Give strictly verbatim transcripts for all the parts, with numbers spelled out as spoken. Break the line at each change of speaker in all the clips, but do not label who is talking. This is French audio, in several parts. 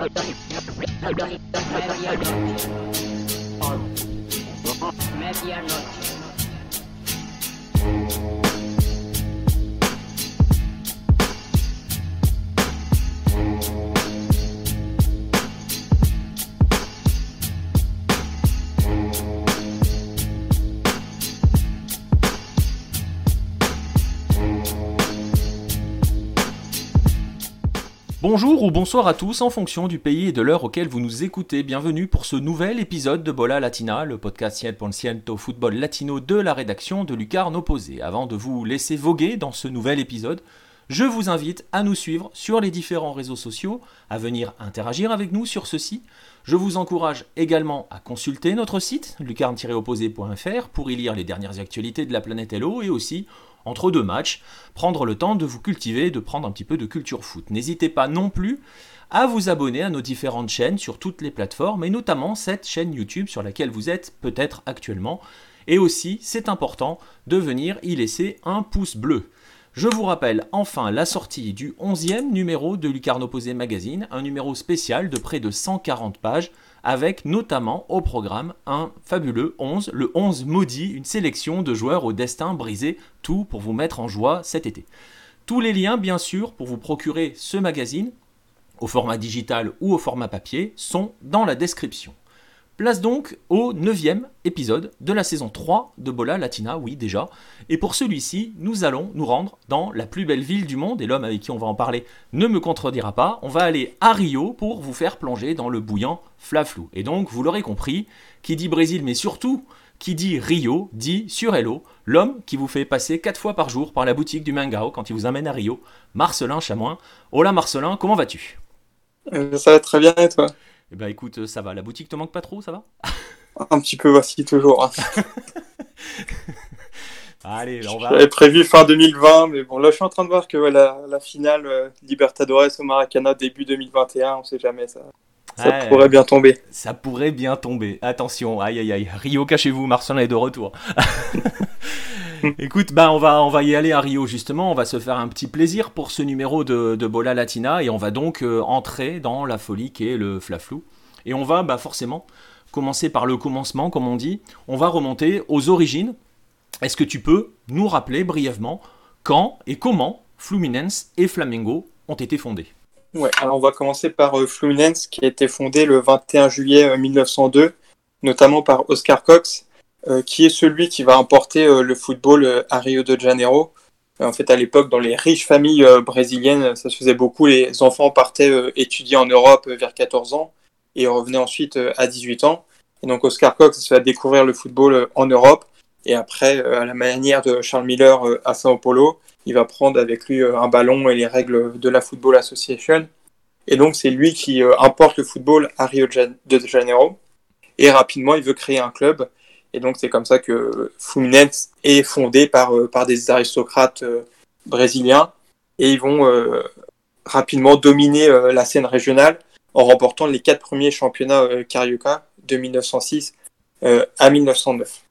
Medianoche.
Bonjour ou bonsoir à tous en fonction du pays et de l'heure auquel vous nous écoutez. Bienvenue pour ce nouvel épisode de Bola Latina, le podcast cien pour cent football latino de la rédaction de Lucarne Opposé. Avant de vous laisser voguer dans ce nouvel épisode, je vous invite à nous suivre sur les différents réseaux sociaux, à venir interagir avec nous sur ceux-ci. Je vous encourage également à consulter notre site lucarne tiret opposé point f r pour y lire les dernières actualités de la planète Hello et aussi, entre deux matchs, prendre le temps de vous cultiver, de prendre un petit peu de culture foot. N'hésitez pas non plus à vous abonner à nos différentes chaînes sur toutes les plateformes et notamment cette chaîne YouTube sur laquelle vous êtes peut-être actuellement. Et aussi, c'est important de venir y laisser un pouce bleu. Je vous rappelle enfin la sortie du onzième numéro de Lucarne Opposé Magazine, un numéro spécial de près de cent quarante pages, avec notamment au programme un fabuleux onze, le onze maudit, une sélection de joueurs au destin brisé, tout pour vous mettre en joie cet été. Tous les liens, bien sûr, pour vous procurer ce magazine, au format digital ou au format papier, sont dans la description. Place donc au neuvième épisode de la saison trois de Bola Latina, oui déjà. Et pour celui-ci, nous allons nous rendre dans la plus belle ville du monde, et l'homme avec qui on va en parler ne me contredira pas. On va aller à Rio pour vous faire plonger dans le bouillant Fla-Flou. Et donc, vous l'aurez compris, qui dit Brésil, mais surtout, qui dit Rio, dit sur Hello, l'homme qui vous fait passer quatre fois par jour par la boutique du Mangao quand il vous amène à Rio, Marcelin Chamoin. Hola Marcelin, comment vas-tu ?
euh, Ça va très bien, et toi ?
Eh ben écoute, ça va, la boutique te manque pas trop, ça va ?
Un petit peu, voici toujours. Hein.
Allez, on va...
J'avais prévu fin deux mille vingt, mais bon, là je suis en train de voir que ouais, la, la finale euh, Libertadores au Maracana début deux mille vingt et un, on sait jamais, ça, ça ouais, pourrait bien tomber.
Ça pourrait bien tomber, attention, aïe aïe aïe, Rio, cachez-vous, Marcelin est de retour. Écoute, bah on va, on va y aller à Rio justement, on va se faire un petit plaisir pour ce numéro de, de Bola Latina et on va donc euh, entrer dans la folie qui est le Fla-Flou. Et on va bah, forcément commencer par le commencement, comme on dit, on va remonter aux origines. Est-ce que tu peux nous rappeler brièvement quand et comment Fluminense et Flamengo ont été fondés ?
Ouais, alors on va commencer par euh, Fluminense qui a été fondé le vingt et un juillet euh, mille neuf cent deux, notamment par Oscar Cox. Euh, qui est celui qui va importer euh, le football euh, à Rio de Janeiro. Euh, en fait, à l'époque, dans les riches familles euh, brésiliennes, ça se faisait beaucoup. Les enfants partaient euh, étudier en Europe euh, vers quatorze ans et revenaient ensuite euh, à dix-huit ans. Et donc, Oscar Cox se fait découvrir le football euh, en Europe. Et après, euh, à la manière de Charles Miller euh, à Sao Paulo, il va prendre avec lui euh, un ballon et les règles de la Football Association. Et donc, c'est lui qui euh, importe le football à Rio de Janeiro. Et rapidement, il veut créer un club. Et donc, c'est comme ça que Fluminense est fondé par, euh, par des aristocrates euh, brésiliens. Et ils vont euh, rapidement dominer euh, la scène régionale en remportant les quatre premiers championnats euh, Carioca de mille neuf cent six euh, à mille neuf cent neuf.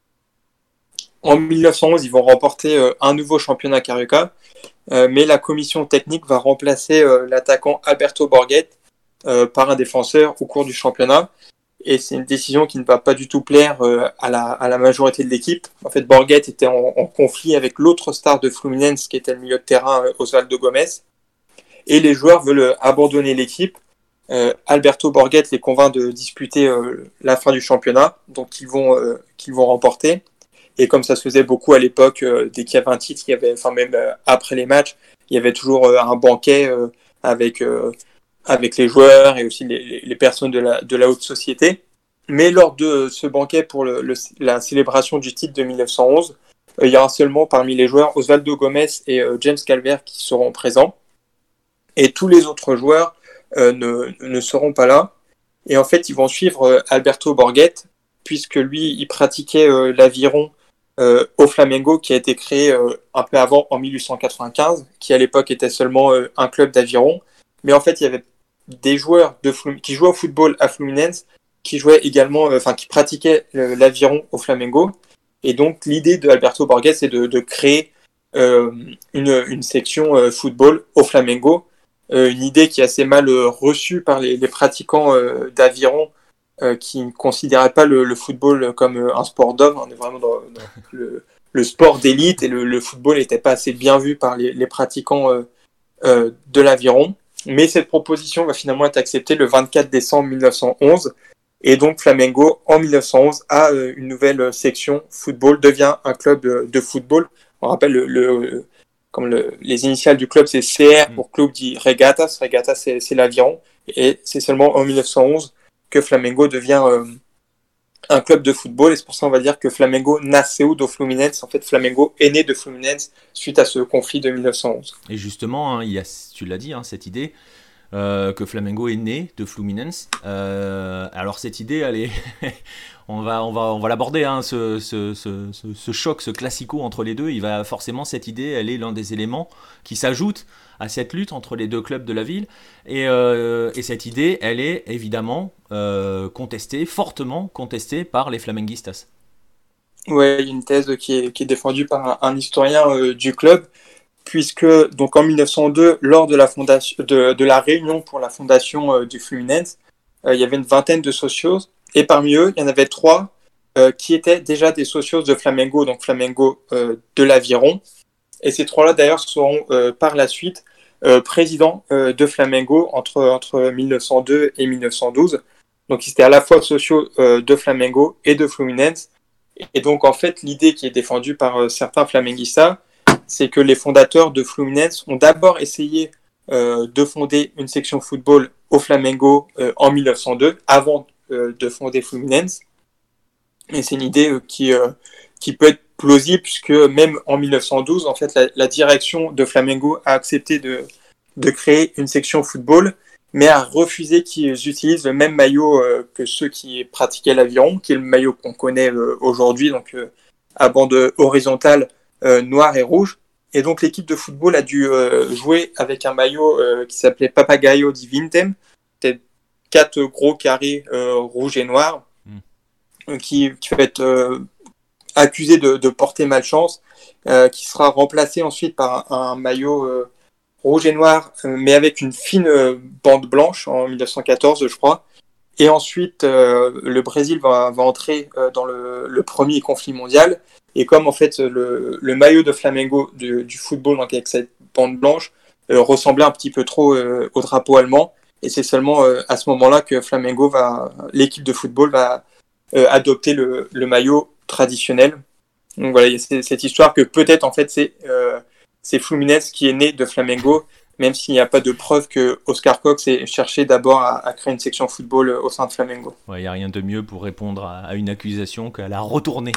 En mille neuf cent onze, ils vont remporter euh, un nouveau championnat Carioca, euh, mais la commission technique va remplacer euh, l'attaquant Alberto Borghet euh, par un défenseur au cours du championnat. Et c'est une décision qui ne va pas du tout plaire euh, à, la, à la majorité de l'équipe. En fait, Borghet était en, en conflit avec l'autre star de Fluminense, qui était le milieu de terrain, euh, Osvaldo Gomes. Et les joueurs veulent abandonner l'équipe. Euh, Alberto Borghet les convainc de disputer euh, la fin du championnat, donc ils vont, euh, qu'ils vont remporter. Et comme ça se faisait beaucoup à l'époque, euh, dès qu'il y avait un titre, il y avait, enfin même euh, après les matchs, il y avait toujours euh, un banquet euh, avec... Euh, avec les joueurs et aussi les, les personnes de la, de la haute société. Mais lors de ce banquet pour le, le, la célébration du titre de mille neuf cent onze, euh, il y aura seulement parmi les joueurs Osvaldo Gomes et euh, James Calvert qui seront présents. Et tous les autres joueurs euh, ne, ne seront pas là. Et en fait, ils vont suivre euh, Alberto Borghet, puisque lui, il pratiquait euh, l'aviron euh, au Flamengo, qui a été créé euh, un peu avant, en mille huit cent quatre-vingt-quinze, qui à l'époque était seulement euh, un club d'aviron. Mais en fait, il y avait des joueurs de Flum- qui jouaient au football à Fluminense, qui jouaient également, euh, enfin qui pratiquaient euh, l'aviron au Flamengo. Et donc l'idée de Alberto Borghet, c'est de, de créer euh, une, une section euh, football au Flamengo, euh, une idée qui est assez mal euh, reçue par les, les pratiquants euh, d'aviron euh, qui ne considéraient pas le, le football comme euh, un sport d'homme. On est vraiment dans, dans le, le sport d'élite et le, le football n'était pas assez bien vu par les, les pratiquants euh, euh, de l'aviron. Mais cette proposition va finalement être acceptée le vingt-quatre décembre mille neuf cent onze. Et donc Flamengo, en mille neuf cent onze, a euh, une nouvelle section football, devient un club de, de football. On rappelle, le, le, comme le, les initiales du club, c'est C R pour Club de Regatas. Regatas, c'est, c'est l'aviron. Et c'est seulement en mille neuf cent onze que Flamengo devient euh, un club de football. Et c'est pour ça qu'on va dire que Flamengo nasceu do Fluminense. En fait, Flamengo est né de Fluminense suite à ce conflit de mille neuf cent onze.
Et justement, hein, il y a, tu l'as dit, hein, cette idée euh, que Flamengo est né de Fluminense. Euh, alors cette idée, elle est on va, on va, on va l'aborder, hein, ce, ce, ce, ce, ce choc, ce classico entre les deux. Il va forcément, cette idée, elle est l'un des éléments qui s'ajoute à cette lutte entre les deux clubs de la ville. Et, euh, et cette idée, elle est évidemment euh, contestée, fortement contestée par les flamenguistas.
Ouais, il y a une thèse qui est, qui est défendue par un, un historien euh, du club, puisque donc en mille neuf cent deux, lors de la, fondation, de, de la réunion pour la fondation euh, du Fluminense, euh, il y avait une vingtaine de socios, et parmi eux, il y en avait trois euh, qui étaient déjà des socios de Flamengo, donc Flamengo euh, de l'Aviron. Et ces trois-là, d'ailleurs, seront euh, par la suite euh, présidents euh, de Flamengo entre, entre mille neuf cent deux et mille neuf cent douze. Donc, ils étaient à la fois socios euh, de Flamengo et de Fluminense. Et donc, en fait, l'idée qui est défendue par euh, certains flamenguistas, c'est que les fondateurs de Fluminense ont d'abord essayé euh, de fonder une section football au Flamengo euh, en mille neuf cent deux, avant euh, de fonder Fluminense. Et c'est une idée euh, qui, euh, qui peut être plausible, puisque même en mille neuf cent douze, en fait, la, la direction de Flamengo a accepté de, de créer une section football, mais a refusé qu'ils utilisent le même maillot euh, que ceux qui pratiquaient l'aviron, qui est le maillot qu'on connaît euh, aujourd'hui, donc euh, à bande horizontale euh, noire et rouge. Et donc l'équipe de football a dû euh, jouer avec un maillot euh, qui s'appelait Papagaio di Vintem. C'était quatre gros carrés euh, rouges et noirs mm. qui, qui va être euh, accusé de, de porter malchance, euh, qui sera remplacé ensuite par un, un maillot euh, rouge et noir, euh, mais avec une fine euh, bande blanche en mille neuf cent quatorze, je crois. Et ensuite, euh, le Brésil va, va entrer euh, dans le, le premier conflit mondial. Et comme en fait le, le maillot de Flamengo du, du football, donc avec cette bande blanche, euh, ressemblait un petit peu trop euh, au drapeau allemand. Et c'est seulement euh, à ce moment-là que Flamengo va, l'équipe de football va euh, adopter le, le maillot traditionnel. Donc voilà, il y a cette, cette histoire que peut-être en fait c'est euh, c'est Fluminense qui est né de Flamengo, même s'il n'y a pas de preuve que Oscar Cox ait cherché d'abord à, à créer une section football au sein de Flamengo.
Il ouais, n'y a rien de mieux pour répondre à, à une accusation qu'à la retourner.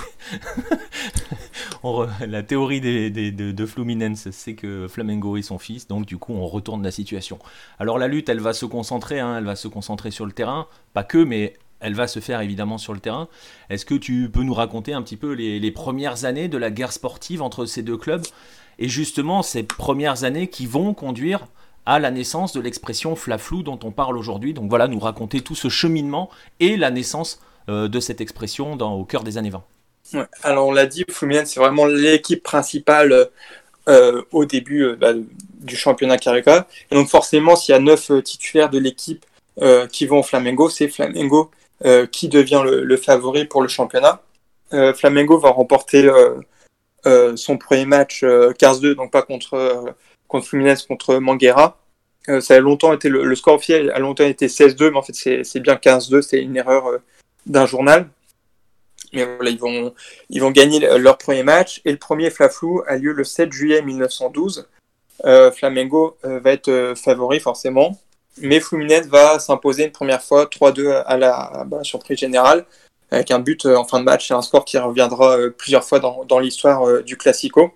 re... La théorie des, des, de, de Fluminense, c'est que Flamengo est son fils, donc du coup on retourne la situation. Alors la lutte, elle va se concentrer, hein, elle va se concentrer sur le terrain, pas que, mais elle va se faire évidemment sur le terrain. Est-ce que tu peux nous raconter un petit peu les, les premières années de la guerre sportive entre ces deux clubs, et justement ces premières années qui vont conduire à la naissance de l'expression Fla-Flou dont on parle aujourd'hui. Donc voilà, nous raconter tout ce cheminement et la naissance euh, de cette expression dans, au cœur des années vingt.
Ouais, alors on l'a dit, Fluminense c'est vraiment l'équipe principale euh, au début euh, bah, du championnat Carioca. Et donc forcément, s'il y a neuf euh, titulaires de l'équipe euh, qui vont au Flamengo, c'est Flamengo euh, qui devient le, le favori pour le championnat. Euh, Flamengo va remporter euh, euh, son premier match euh, quinze deux, donc pas contre, euh, contre Fluminense, contre Mangueira. Euh, ça a longtemps été le, le score officiel a longtemps été seize deux, mais en fait c'est, c'est bien quinze deux, c'est une erreur euh, d'un journal. Mais voilà, ils vont, ils vont gagner leur premier match. Et le premier Fla-Flou a lieu le sept juillet mille neuf cent douze. Euh, Flamengo euh, va être euh, favori forcément. Mais Fluminense va s'imposer une première fois trois deux à la, à la surprise générale, avec un but euh, en fin de match. C'est un score qui reviendra euh, plusieurs fois dans, dans l'histoire euh, du Classico.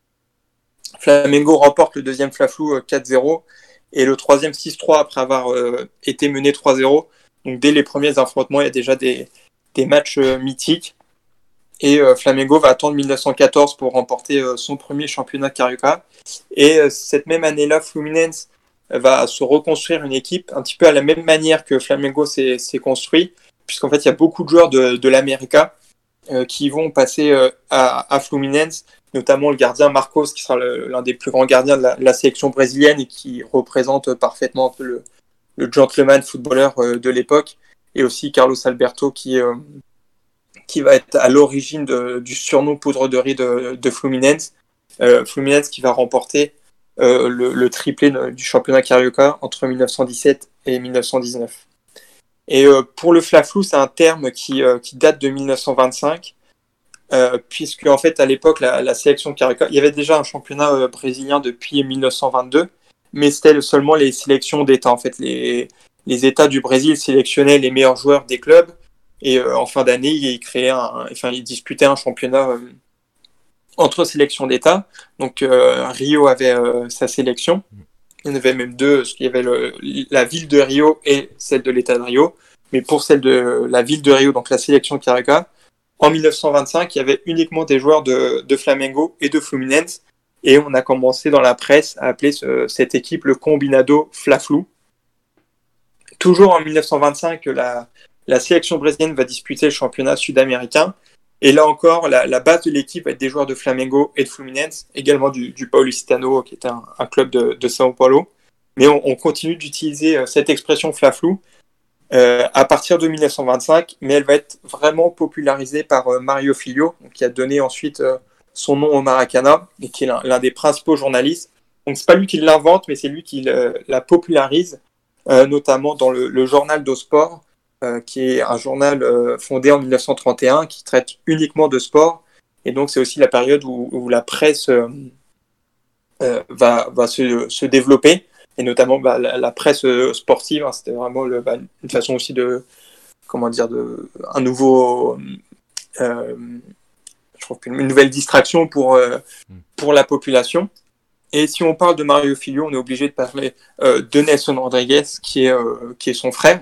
Flamengo remporte le deuxième Fla-Flou euh, quatre zéro et le troisième six trois après avoir euh, été mené trois zéro. Donc dès les premiers affrontements, il y a déjà des, des matchs euh, mythiques. Et euh, Flamengo va attendre mille neuf cent quatorze pour remporter euh, son premier championnat Carioca. Et euh, cette même année-là, Fluminense va se reconstruire une équipe un petit peu à la même manière que Flamengo s'est, s'est construit, puisqu'en fait, il y a beaucoup de joueurs de, de l'América euh, qui vont passer euh, à, à Fluminense, notamment le gardien Marcos, qui sera le, l'un des plus grands gardiens de la, la sélection brésilienne et qui représente parfaitement un peu le, le gentleman footballeur euh, de l'époque, et aussi Carlos Alberto, qui, euh, qui va être à l'origine de, du surnom poudre de riz de, de Fluminense. Euh, Fluminense qui va remporter euh, le, le triplé du championnat carioca entre dix-neuf cent dix-sept et dix-neuf cent dix-neuf. Et euh, pour le Fla-Flu, c'est un terme qui, euh, qui date de dix-neuf cent vingt-cinq, euh, puisque en fait à l'époque la, la sélection carioca, il y avait déjà un championnat euh, brésilien depuis dix-neuf cent vingt-deux, mais c'était seulement les sélections d'États. En fait, les, les États du Brésil sélectionnaient les meilleurs joueurs des clubs, et euh, en fin d'année, ils créaient un, enfin ils disputaient un championnat euh, entre sélections d'État. Donc euh, Rio avait euh, sa sélection. Il y en avait même deux, parce qu'il y avait le, la ville de Rio et celle de l'État de Rio. Mais pour celle de la ville de Rio, donc la sélection Carioca, en dix-neuf cent vingt-cinq, il y avait uniquement des joueurs de, de Flamengo et de Fluminense. Et on a commencé dans la presse à appeler ce, cette équipe le Combinado Fla-Flu. Toujours en dix-neuf cent vingt-cinq, la, la sélection brésilienne va disputer le championnat sud-américain. Et là encore, la, la base de l'équipe va être des joueurs de Flamengo et de Fluminense, également du, du Paulistano, qui est un, un club de, de São Paulo. Mais on, on continue d'utiliser cette expression Fla-Flu euh, à partir de dix-neuf cent vingt-cinq, mais elle va être vraiment popularisée par euh, Mario Filho, donc, qui a donné ensuite euh, son nom au Maracana, et qui est l'un, l'un des principaux journalistes. Donc c'est pas lui qui l'invente, mais c'est lui qui le, la popularise, euh, notamment dans le, le Journal do Sport, Euh, qui est un journal euh, fondé en dix-neuf cent trente et un qui traite uniquement de sport, et donc c'est aussi la période où, où la presse euh, euh, va, va se, se développer, et notamment bah, la, la presse sportive, hein, c'était vraiment le, bah, une façon aussi de, comment dire, de, un nouveau, euh, je trouve qu'une une nouvelle distraction pour, euh, pour la population. Et si on parle de Mario Filho, on est obligé de parler euh, de Nelson Rodrigues, qui est, euh, qui est son frère.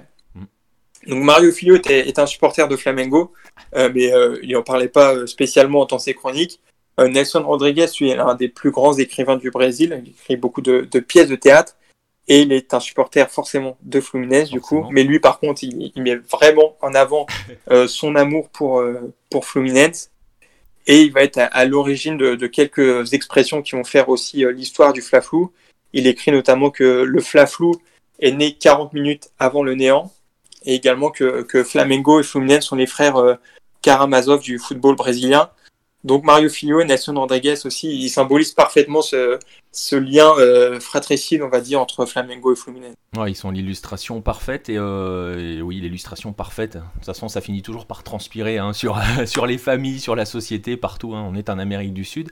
Donc Mario Filho était, est un supporter de Flamengo, euh, mais euh, il n'en parlait pas spécialement dans ses chroniques. Euh, Nelson Rodrigues, lui, est l'un des plus grands écrivains du Brésil. Il écrit beaucoup de, de pièces de théâtre, et il est un supporter forcément de Fluminense, du coup. Mais lui, par contre, il, il met vraiment en avant euh, son amour pour, euh, pour Fluminense, et il va être à, à l'origine de, de quelques expressions qui vont faire aussi euh, l'histoire du Fla-Flu. Il écrit notamment que le Fla-Flu est né quarante minutes avant le néant, et également que, que Flamengo et Fluminense sont les frères euh, Karamazov du football brésilien. Donc Mario Filho et Nelson Rodrigues aussi, ils symbolisent parfaitement ce, ce lien euh, fratricide, on va dire, entre Flamengo et Fluminense.
Ouais, ils sont l'illustration parfaite, et, euh, et oui, l'illustration parfaite. De toute façon, ça finit toujours par transpirer hein, sur, sur les familles, sur la société, partout. Hein. On est en Amérique du Sud.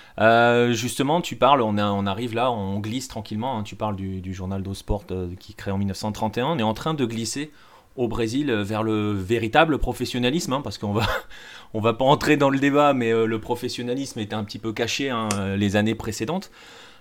Euh, justement, tu parles, on, a, on arrive là, on glisse tranquillement. Hein, tu parles du, du Journal do Sport euh, qui est créé en dix-neuf cent trente et un. On est en train de glisser au Brésil vers le véritable professionnalisme, hein, parce qu'on va, on va pas entrer dans le débat, mais euh, le professionnalisme était un petit peu caché hein, les années précédentes.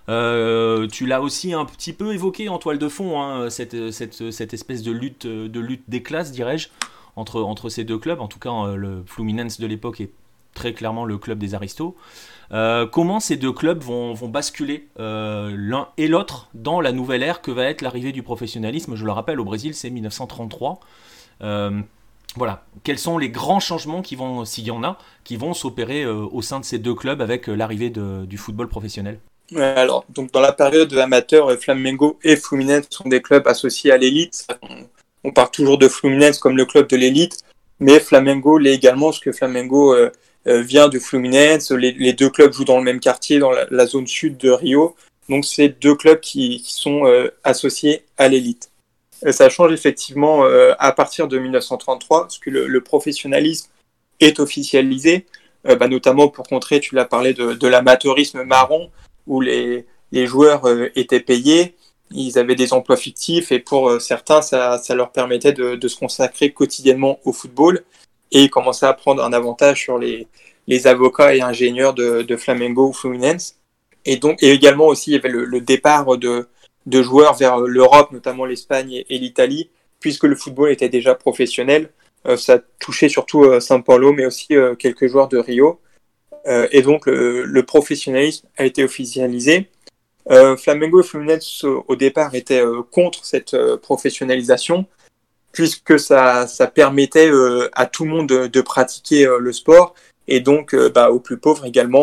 Euh, tu l'as aussi un petit peu évoqué en toile de fond, hein, cette, cette, cette espèce de lutte, de lutte des classes, dirais-je, entre, entre ces deux clubs. En tout cas, euh, le Fluminense de l'époque est très clairement le club des aristos. Euh, comment ces deux clubs vont, vont basculer euh, l'un et l'autre dans la nouvelle ère que va être l'arrivée du professionnalisme. Je le rappelle, au Brésil, c'est dix-neuf cent trente-trois. Euh, voilà. Quels sont les grands changements qui vont, s'il y en a, qui vont s'opérer euh, au sein de ces deux clubs avec euh, l'arrivée de, du football professionnel?
Alors, donc dans la période amateur, Flamengo et Fluminense sont des clubs associés à l'élite. On, on parle toujours de Fluminense comme le club de l'élite, mais Flamengo l'est également, parce que Flamengo euh, euh, vient de Fluminense. Les, les deux clubs jouent dans le même quartier, dans la, la zone sud de Rio. Donc, c'est deux clubs qui, qui sont euh, associés à l'élite. Et ça change effectivement euh, à partir de dix-neuf cent trente-trois, parce que le, le professionnalisme est officialisé, euh, bah, notamment pour contrer, tu l'as parlé, de, de l'amateurisme marron, où les, les joueurs euh, étaient payés, ils avaient des emplois fictifs, et pour euh, certains, ça, ça leur permettait de, de se consacrer quotidiennement au football, et ils commençaient à prendre un avantage sur les, les avocats et ingénieurs de, de Flamengo ou Fluminense. Et, donc, et également aussi, il y avait le, le départ de, de joueurs vers l'Europe, notamment l'Espagne et, et l'Italie, puisque le football était déjà professionnel. Euh, ça touchait surtout euh, São Paulo, mais aussi euh, quelques joueurs de Rio. Euh, et donc, le, le professionnalisme a été officialisé. Euh, Flamengo et Fluminense, au, au départ, étaient euh, contre cette euh, professionnalisation, puisque ça, ça permettait euh, à tout le monde de, de pratiquer euh, le sport, et donc euh, bah, aux plus pauvres également.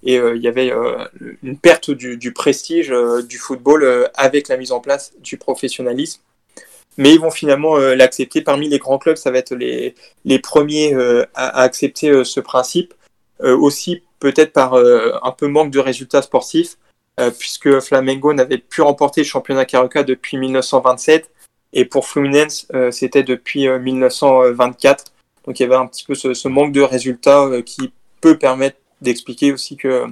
et euh, il y avait euh, une perte du, du prestige euh, du football euh, avec la mise en place du professionnalisme. Mais ils vont finalement euh, l'accepter. Parmi les grands clubs, ça va être les, les premiers euh, à, à accepter euh, ce principe. Euh, aussi, peut-être par euh, un peu manque de résultats sportifs, euh, puisque Flamengo n'avait plus remporté le championnat Carioca depuis dix-neuf cent vingt-sept, et pour Fluminense, euh, c'était depuis euh, dix-neuf cent vingt-quatre. Donc il y avait un petit peu ce, ce manque de résultats euh, qui peut permettre d'expliquer aussi que,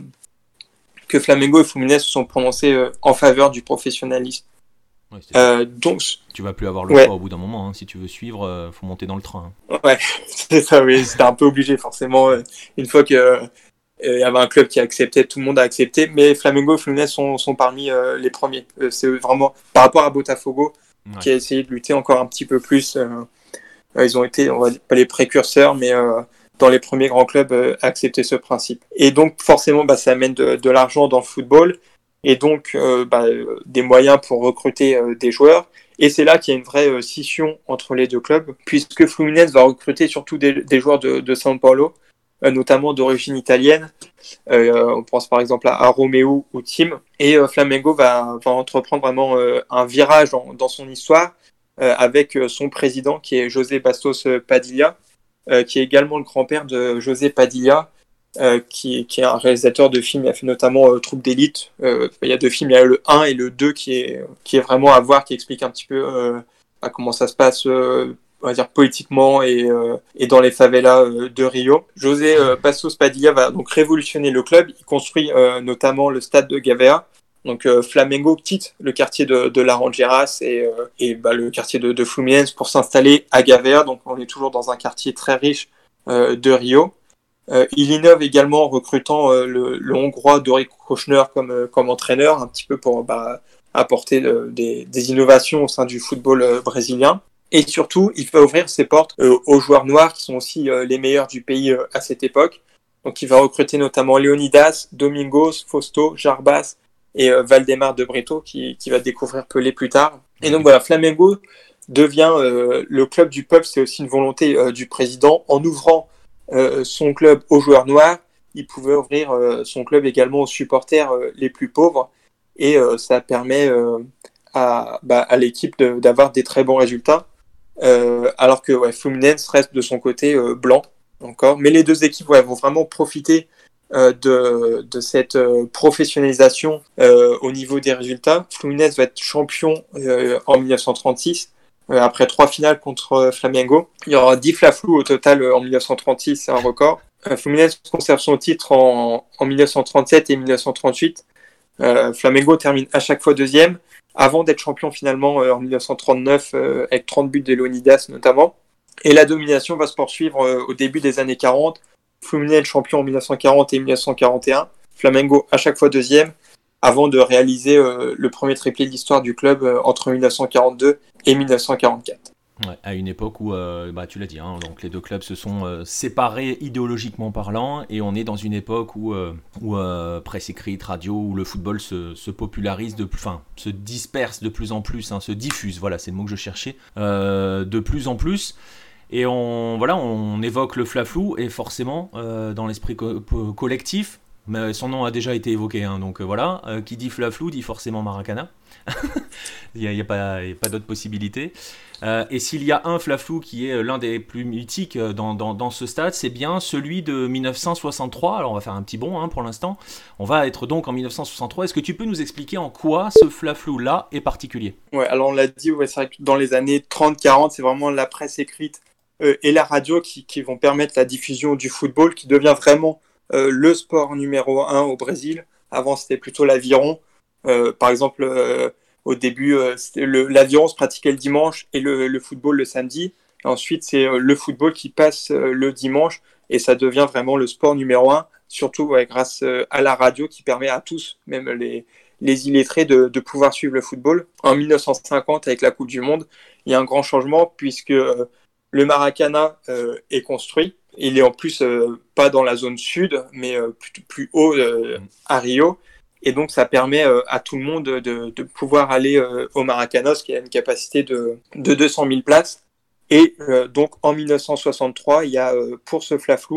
que Flamengo et Fluminense se sont prononcés euh, en faveur du professionnalisme.
Ouais,
euh, donc,
tu vas plus avoir le
ouais.
choix au bout d'un moment, hein. Si tu veux suivre, euh, faut monter dans le train.
Hein. Ouais, c'est ça, oui, c'était un peu obligé forcément. Euh, une fois qu'il euh, y avait un club qui acceptait, tout le monde a accepté, mais Flamengo et Fluminense sont, sont parmi euh, les premiers. Euh, c'est vraiment par rapport à Botafogo, ouais. qui a essayé de lutter encore un petit peu plus. Euh, euh, ils ont été, on va dire, pas les précurseurs, mais euh, dans les premiers grands clubs euh, à accepter ce principe. Et donc forcément, bah, ça amène de, de l'argent dans le football. Et donc euh, bah, des moyens pour recruter euh, des joueurs. Et c'est là qu'il y a une vraie euh, scission entre les deux clubs, puisque Fluminense va recruter surtout des, des joueurs de, de São Paulo, euh, notamment d'origine italienne. Euh, on pense par exemple à, à Romeo ou Tim. Et euh, Flamengo va, va entreprendre vraiment euh, un virage dans, dans son histoire euh, avec euh, son président qui est José Bastos Padilha, euh, qui est également le grand-père de José Padilha, Euh, qui, qui est un réalisateur de films. Il a fait notamment euh, Troupe d'élite. Euh, il y a deux films, il y a le un et le deux qui est, qui est vraiment à voir, qui explique un petit peu euh, comment ça se passe euh, on va dire politiquement et, euh, et dans les favelas euh, de Rio. José euh, Bastos Padilha va donc révolutionner le club. Il construit euh, notamment le stade de Gavea. Donc euh, Flamengo quitte le quartier de, de Laranjeiras et, euh, et bah, le quartier de, de Fluminense pour s'installer à Gavea. Donc on est toujours dans un quartier très riche euh, de Rio. Euh, il innove également en recrutant euh, le, le Hongrois Dori Kochner comme, euh, comme entraîneur, un petit peu pour bah, apporter euh, des, des innovations au sein du football euh, brésilien. Et surtout, il va ouvrir ses portes euh, aux joueurs noirs qui sont aussi euh, les meilleurs du pays euh, à cette époque. Donc il va recruter notamment Leonidas, Domingos, Fausto, Jarbas et euh, Valdemar de Brito qui, qui va découvrir Pelé plus tard. Et donc voilà, Flamengo devient euh, le club du peuple, c'est aussi une volonté euh, du président en ouvrant Euh, son club aux joueurs noirs, il pouvait ouvrir euh, son club également aux supporters euh, les plus pauvres et euh, ça permet euh, à, bah, à l'équipe de, d'avoir des très bons résultats euh, alors que ouais, Fluminense reste de son côté euh, blanc encore, mais les deux équipes ouais, vont vraiment profiter euh, de, de cette euh, professionnalisation euh, au niveau des résultats. Fluminense va être champion euh, en dix-neuf cent trente-six après trois finales contre Flamengo. Il y aura dix flaflous au total en dix-neuf cent trente-six, c'est un record. Fluminense conserve son titre en, en dix-neuf cent trente-sept et dix-neuf cent trente-huit. Euh, Flamengo termine à chaque fois deuxième, avant d'être champion finalement euh, en dix-neuf cent trente-neuf, euh, avec trente buts de Leonidas notamment. Et la domination va se poursuivre euh, au début des années quarante. Fluminense champion en dix-neuf cent quarante et dix-neuf cent quarante et un. Flamengo à chaque fois deuxième, avant de réaliser euh, le premier triplé de l'histoire du club euh, entre dix-neuf cent quarante-deux et dix-neuf cent quarante-quatre.
Ouais, à une époque où, euh, bah, tu l'as dit, hein, donc les deux clubs se sont euh, séparés idéologiquement parlant, et on est dans une époque où, euh, où euh, presse écrite, radio, où le football se, se popularise, de, enfin, se disperse de plus en plus, hein, se diffuse, voilà, c'est le mot que je cherchais, euh, de plus en plus. Et on, voilà, on évoque le flaflou, et forcément, euh, dans l'esprit co- collectif, mais son nom a déjà été évoqué, hein, donc euh, voilà, euh, qui dit flaflou dit forcément Maracana. Il n'y a, y a pas, y a pas d'autre possibilité. Euh, et s'il y a un flaflou qui est l'un des plus mythiques dans, dans, dans ce stade, c'est bien celui de dix-neuf cent soixante-trois. Alors on va faire un petit bond hein, pour l'instant. On va être donc en dix-neuf cent soixante-trois. Est-ce que tu peux nous expliquer en quoi ce flaflou-là est particulier ?
Ouais, alors on l'a dit, ouais, c'est vrai que dans les années trente quarante, c'est vraiment la presse écrite euh, et la radio qui, qui vont permettre la diffusion du football, qui devient vraiment euh, le sport numéro un au Brésil. Avant, c'était plutôt l'aviron. Euh, par exemple, euh, au début, euh, c'était le, l'aviron se pratiquait le dimanche et le, le football le samedi. Et ensuite, c'est euh, le football qui passe euh, le dimanche et ça devient vraiment le sport numéro un, surtout ouais, grâce euh, à la radio qui permet à tous, même les, les illettrés, de, de pouvoir suivre le football. En dix-neuf cent cinquante, avec la Coupe du Monde, il y a un grand changement puisque euh, le Maracana euh, est construit. Il est en plus euh, pas dans la zone sud, mais euh, plus, plus haut euh, à Rio. Et donc, ça permet euh, à tout le monde de, de pouvoir aller euh, au Maracanos, qui a une capacité de, de deux cent mille places. Et euh, donc, en dix-neuf cent soixante-trois, il y a, euh, pour ce flaflou,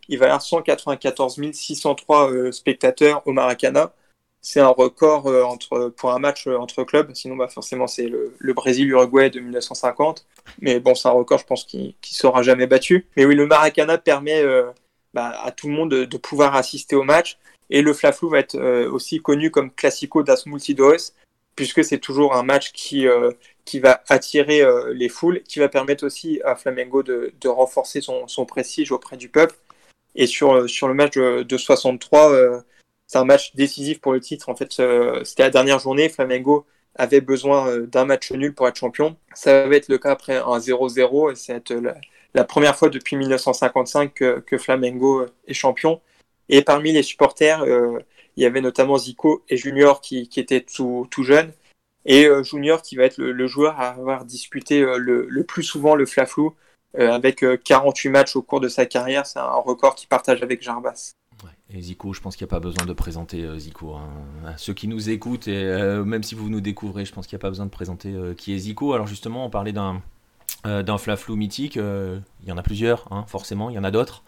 il va y avoir cent quatre-vingt-quatorze mille six cent trois euh, spectateurs au Maracanã. C'est un record euh, entre, pour un match euh, entre clubs. Sinon, bah, forcément, c'est le, le Brésil-Uruguay de dix-neuf cent cinquante. Mais bon, c'est un record, je pense, qui ne sera jamais battu. Mais oui, le Maracanã permet euh, bah, à tout le monde de, de pouvoir assister au match. Et le Fla-Flu va être euh, aussi connu comme Clásico das Multidões, puisque c'est toujours un match qui, euh, qui va attirer euh, les foules, qui va permettre aussi à Flamengo de, de renforcer son, son prestige auprès du peuple. Et sur, sur le match de, de soixante-trois, euh, c'est un match décisif pour le titre. En fait, euh, c'était la dernière journée. Flamengo avait besoin euh, d'un match nul pour être champion. Ça va être le cas après un zéro zéro. Et c'est la, la première fois depuis dix-neuf cent cinquante-cinq que, que Flamengo est champion. Et parmi les supporters, euh, il y avait notamment Zico et Junior qui, qui étaient tout, tout jeunes. Et euh, Junior qui va être le, le joueur à avoir disputé euh, le, le plus souvent le Fla-Flu, euh, avec euh, quarante-huit matchs au cours de sa carrière. C'est un record qu'il partage avec Jarbas.
Ouais. Et Zico, je pense qu'il n'y a pas besoin de présenter euh, Zico. Hein. Ceux qui nous écoutent, et euh, même si vous nous découvrez, je pense qu'il n'y a pas besoin de présenter euh, qui est Zico. Alors justement, on parlait d'un... Euh, d'un Fla-Flu mythique, il euh, y en a plusieurs, hein, forcément, il y en a d'autres.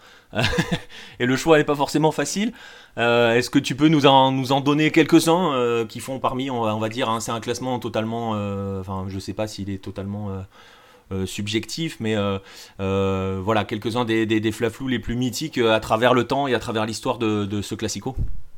Et le choix n'est pas forcément facile. Euh, est-ce que tu peux nous en, nous en donner quelques-uns euh, qui font parmi, on va, on va dire, hein, c'est un classement totalement, euh, enfin, je ne sais pas s'il est totalement euh, euh, subjectif, mais euh, euh, voilà, quelques-uns des, des, des Fla-Flu les plus mythiques euh, à travers le temps et à travers l'histoire de, de ce Classico.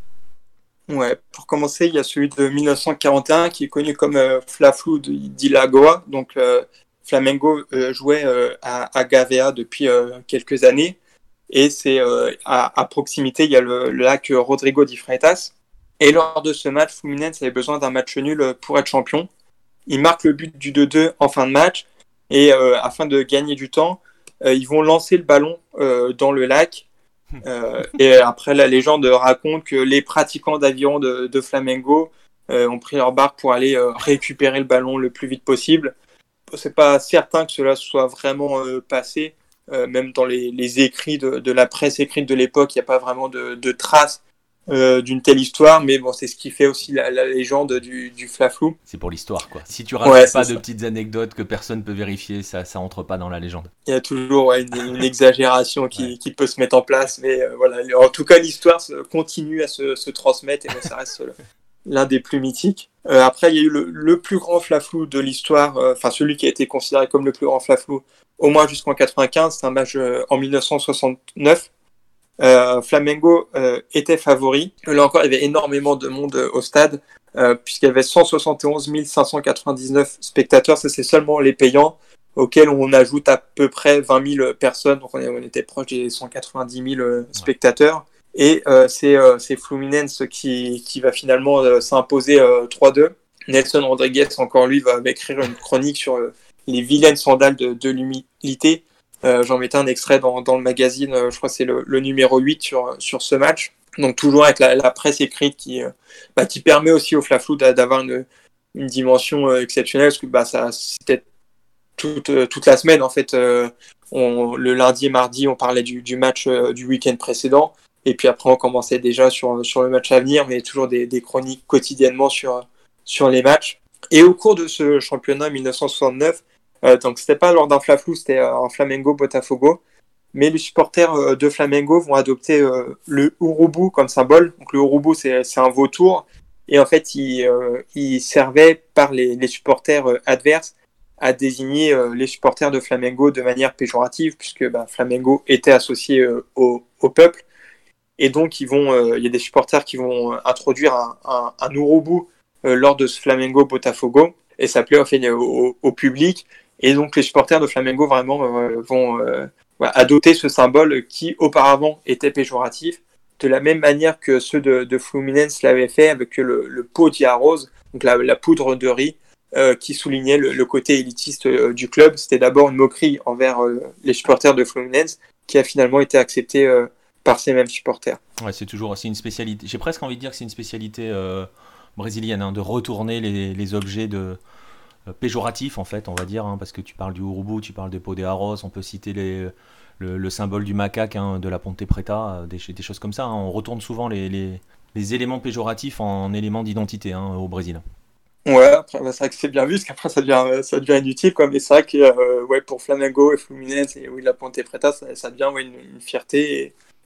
Ouais, pour commencer, il y a celui de dix-neuf cent quarante et un qui est connu comme euh, Fla-Flu de Lagoa, donc euh, Flamengo euh, jouait euh, à, à Gavea depuis euh, quelques années et c'est euh, à, à proximité, il y a le, le lac Rodrigo de Freitas. Et lors de ce match, Fluminense avait besoin d'un match nul pour être champion. Il marque le but du deux deux en fin de match et euh, afin de gagner du temps, euh, ils vont lancer le ballon euh, dans le lac. Euh, et après, la légende raconte que les pratiquants d'aviron de, de Flamengo euh, ont pris leur barque pour aller euh, récupérer le ballon le plus vite possible. C'est pas certain que cela soit vraiment euh, passé, euh, même dans les, les écrits de, de la presse écrite de l'époque, il n'y a pas vraiment de, de traces euh, d'une telle histoire, mais bon, c'est ce qui fait aussi la, la légende du, du Fla-Flu.
C'est pour l'histoire, quoi. Si tu rajoutes ouais, pas de ça. petites anecdotes que personne peut vérifier, ça, ça entre pas dans la légende.
Il y a toujours ouais, une, une exagération qui, ouais. qui peut se mettre en place, mais euh, voilà. En tout cas, l'histoire continue à se, se transmettre et bon, ça reste l'un des plus mythiques. Euh, après, il y a eu le, le plus grand Fla-Flu de l'histoire, enfin euh, celui qui a été considéré comme le plus grand Fla-Flu, au moins jusqu'en quatre-vingt-quinze. C'est un match euh, en dix-neuf cent soixante-neuf. Euh, Flamengo euh, était favori. Là encore, il y avait énormément de monde euh, au stade, euh, puisqu'il y avait cent soixante et onze mille cinq cent quatre-vingt-dix-neuf spectateurs. Ça, c'est seulement les payants, auxquels on ajoute à peu près vingt mille personnes. Donc, on, est, on était proche des cent quatre-vingt-dix mille euh, spectateurs. Et euh, c'est, euh, c'est Fluminense qui, qui va finalement euh, s'imposer euh, trois deux. Nelson Rodriguez, encore lui, va écrire une chronique sur euh, les vilaines sandales de, de l'humilité. Euh, j'en mettais un extrait dans, dans le magazine, euh, je crois que c'est le, le numéro huit sur, sur ce match. Donc toujours avec la, la presse écrite qui, euh, bah, qui permet aussi au Fla-Flu d'avoir une, une dimension euh, exceptionnelle, parce que bah, ça, c'était toute, euh, toute la semaine en fait. Euh, on, le lundi et mardi, on parlait du, du match euh, du week-end précédent. Et puis après, on commençait déjà sur, sur le match à venir, mais toujours des, des chroniques quotidiennement sur, sur les matchs. Et au cours de ce championnat dix-neuf cent soixante-neuf, euh, donc c'était pas lors d'un Fla-Flu, c'était un Flamengo-Botafogo, mais les supporters euh, de Flamengo vont adopter euh, le urubu comme symbole. Donc le urubu, c'est, c'est un vautour, et en fait, il, euh, il servait par les, les supporters euh, adverses à désigner euh, les supporters de Flamengo de manière péjorative, puisque bah, Flamengo était associé euh, au, au peuple. Et donc, ils vont, euh, il y a des supporters qui vont introduire un, un, un urubu euh, lors de ce Flamengo-Botafogo, et ça plaît en fait, au, au public. Et donc, les supporters de Flamengo vraiment euh, vont euh, adopter ce symbole qui, auparavant, était péjoratif, de la même manière que ceux de, de Fluminense l'avaient fait avec le, le pot de arroz, donc la, la poudre de riz, euh, qui soulignait le, le côté élitiste euh, du club. C'était d'abord une moquerie envers euh, les supporters de Fluminense, qui a finalement été acceptée euh, par ces mêmes supporters.
Ouais, c'est toujours c'est une spécialité. J'ai presque envie de dire que c'est une spécialité euh, brésilienne, hein, de retourner les, les objets de euh, péjoratifs en fait, on va dire, hein, parce que tu parles du urubu, tu parles de pot de arroz, on peut citer les, le, le symbole du macaque, hein, de la Ponte Preta, des, des choses comme ça. Hein. On retourne souvent les, les, les éléments péjoratifs en éléments d'identité, hein, au Brésil.
Ouais, après, bah, c'est vrai que c'est bien vu, parce qu'après ça devient, ça devient inutile, quoi. Mais c'est vrai que euh, ouais, pour Flamengo et Fluminense et oui, la Ponte Preta, ça, ça devient ouais, une, une fierté. Et,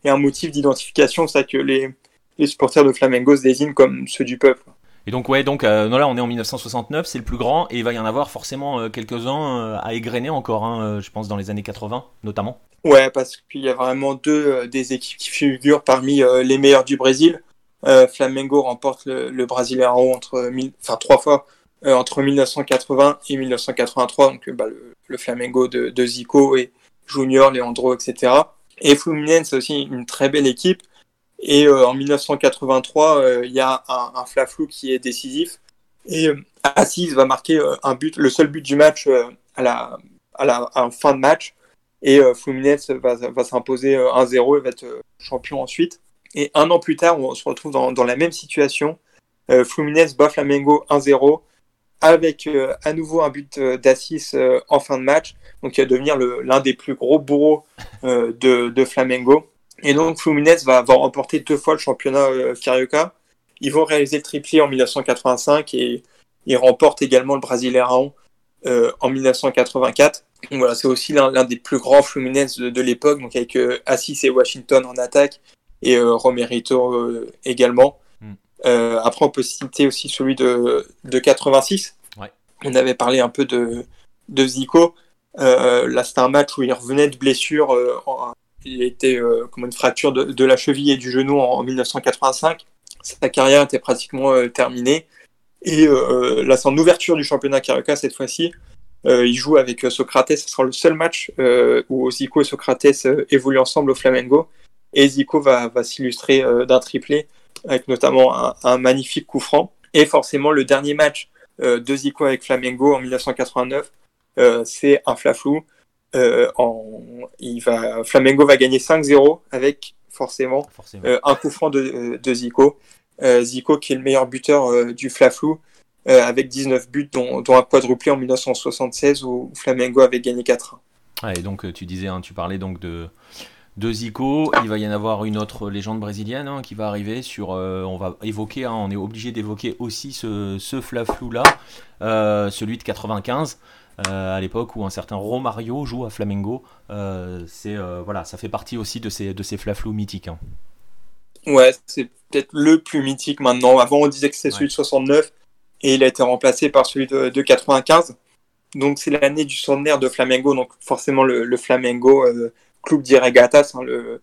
et un motif d'identification, c'est ça que les, les supporters de Flamengo se désignent comme ceux du peuple.
Et donc, ouais, donc euh, non, là, on est en dix-neuf cent soixante-neuf, c'est le plus grand, et il va y en avoir forcément euh, quelques-uns euh, à égrener encore, hein, euh, je pense, dans les années quatre-vingts, notamment.
Ouais, parce qu'il y a vraiment deux euh, des équipes qui figurent parmi euh, les meilleures du Brésil. Euh, Flamengo remporte le, le Brasileirão entre mille, enfin trois fois euh, entre dix-neuf cent quatre-vingts et dix-neuf cent quatre-vingt-trois, donc bah, le, le Flamengo de, de Zico et Junior, Leandro, et cetera. Et Fluminense, c'est aussi une très belle équipe. Et euh, en dix-neuf cent quatre-vingt-trois, il euh, y a un, un fla-flou qui est décisif. Et euh, Assis va marquer euh, un but, le seul but du match euh, à la à la à fin de match. Et euh, Fluminense va, va s'imposer euh, un zéro et va être euh, champion ensuite. Et un an plus tard, on se retrouve dans, dans la même situation. Euh, Fluminense bat Flamengo un zéro avec euh, à nouveau un but euh, d'Assis euh, en fin de match. Donc il va devenir le, l'un des plus gros bourreaux euh, de, de Flamengo. Et donc Fluminense va, va remporter deux fois le championnat euh, Carioca. Ils vont réaliser le triplé en dix-neuf cent quatre-vingt-cinq et ils remportent également le Brasileirão euh, en dix-neuf cent quatre-vingt-quatre. Donc voilà, c'est aussi l'un, l'un des plus grands Fluminense de, de l'époque, donc avec euh, Assis et Washington en attaque et euh, Romerito euh, également. Mm. Euh, après, on peut citer aussi celui de, de quatre-vingt-six.
Ouais.
On avait parlé un peu de, de Zico. Euh, là, c'était un match où il revenait de blessure. Euh, en, il était euh, comme une fracture de, de la cheville et du genou en, en dix-neuf cent quatre-vingt-cinq. Sa carrière était pratiquement euh, terminée. Et euh, là, c'est en ouverture du championnat Carioca cette fois-ci. Euh, il joue avec euh, Socrates. Ce sera le seul match euh, où Zico et Socrates euh, évoluent ensemble au Flamengo. Et Zico va, va s'illustrer euh, d'un triplé, avec notamment un, un magnifique coup franc. Et forcément, le dernier match euh, de Zico avec Flamengo en dix-neuf cent quatre-vingt-neuf, euh, c'est un fla-flou. Euh, en, il va, Flamengo va gagner cinq zéro avec forcément, forcément. Euh, un coup franc de, de Zico. Euh, Zico qui est le meilleur buteur euh, du fla-flou, euh, avec dix-neuf buts, dont, dont un quadruplé en dix-neuf cent soixante-seize où Flamengo avait gagné quatre un.
Ah, et donc tu disais, hein, tu parlais donc de... de Zico, il va y en avoir une autre légende brésilienne hein, qui va arriver sur, euh, on va évoquer, hein, on est obligé d'évoquer aussi ce, ce fla-flou là, euh, celui de quatre-vingt-quinze, euh, à l'époque où un certain Romario joue à Flamengo, euh, c'est, euh, voilà, ça fait partie aussi de ces, de ces fla-flous mythiques. Hein.
Ouais, c'est peut-être le plus mythique maintenant. Avant on disait que c'était ouais. celui de soixante-neuf et il a été remplacé par celui de, de quatre-vingt-quinze. Donc c'est l'année du centenaire de Flamengo, donc forcément le, le Flamengo... Euh, Club de Regatas, hein, le,